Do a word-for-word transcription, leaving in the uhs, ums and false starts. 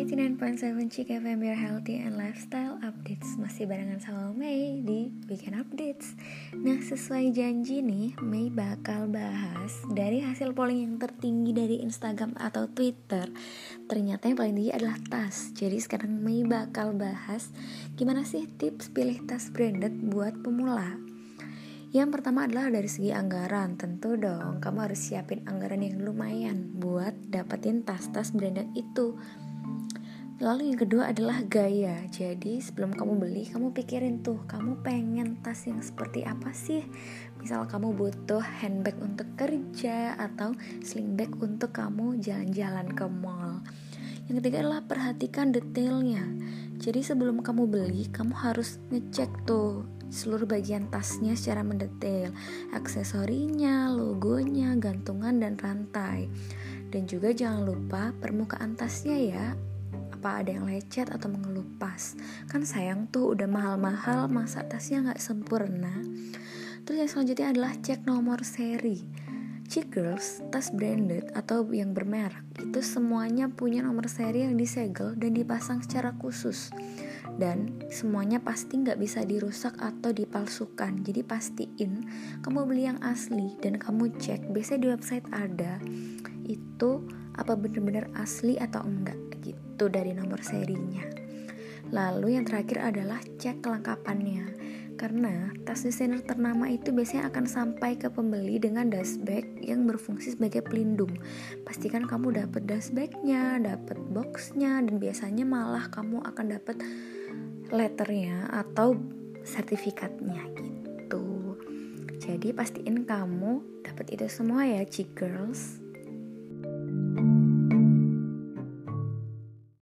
sembilan puluh sembilan Chick F M, your healthy and lifestyle updates. Masih barengan sama Mei di Weekend Updates. Nah, sesuai janji nih, Mei bakal bahas dari hasil polling yang tertinggi dari Instagram atau Twitter. Ternyata yang paling tinggi adalah tas. Jadi sekarang Mei bakal bahas gimana sih tips pilih tas branded buat pemula. Yang pertama adalah dari segi anggaran. Tentu dong, kamu harus siapin anggaran yang lumayan buat dapetin tas-tas branded itu. Lalu yang kedua adalah gaya. Jadi sebelum kamu beli, kamu pikirin tuh, kamu pengen tas yang seperti apa sih? Misal kamu butuh handbag untuk kerja atau sling bag untuk kamu jalan-jalan ke mall. Yang ketiga adalah perhatikan detailnya. Jadi sebelum kamu beli, kamu harus ngecek tuh seluruh bagian tasnya secara mendetail, aksesorinya, logonya, gantungan dan rantai. Dan juga jangan lupa permukaan tasnya ya. Apa ada yang lecet atau mengelupas? Kan sayang tuh, udah mahal-mahal masa tasnya gak sempurna. Terus yang selanjutnya adalah cek nomor seri. Chick Girls, tas branded atau yang bermerek itu semuanya punya nomor seri yang disegel dan dipasang secara khusus. Dan semuanya pasti gak bisa dirusak atau dipalsukan. Jadi pastiin kamu beli yang asli dan kamu cek, biasanya di website ada itu apa benar-benar asli atau enggak gitu dari nomor serinya. Lalu yang terakhir adalah cek kelengkapannya. Karena tas desainer ternama itu biasanya akan sampai ke pembeli dengan dust bag yang berfungsi sebagai pelindung. Pastikan kamu dapat dust bagnya, dapat boxnya, dan biasanya malah kamu akan dapat letternya atau sertifikatnya gitu. Jadi pastiin kamu dapat itu semua ya, Chick Girls.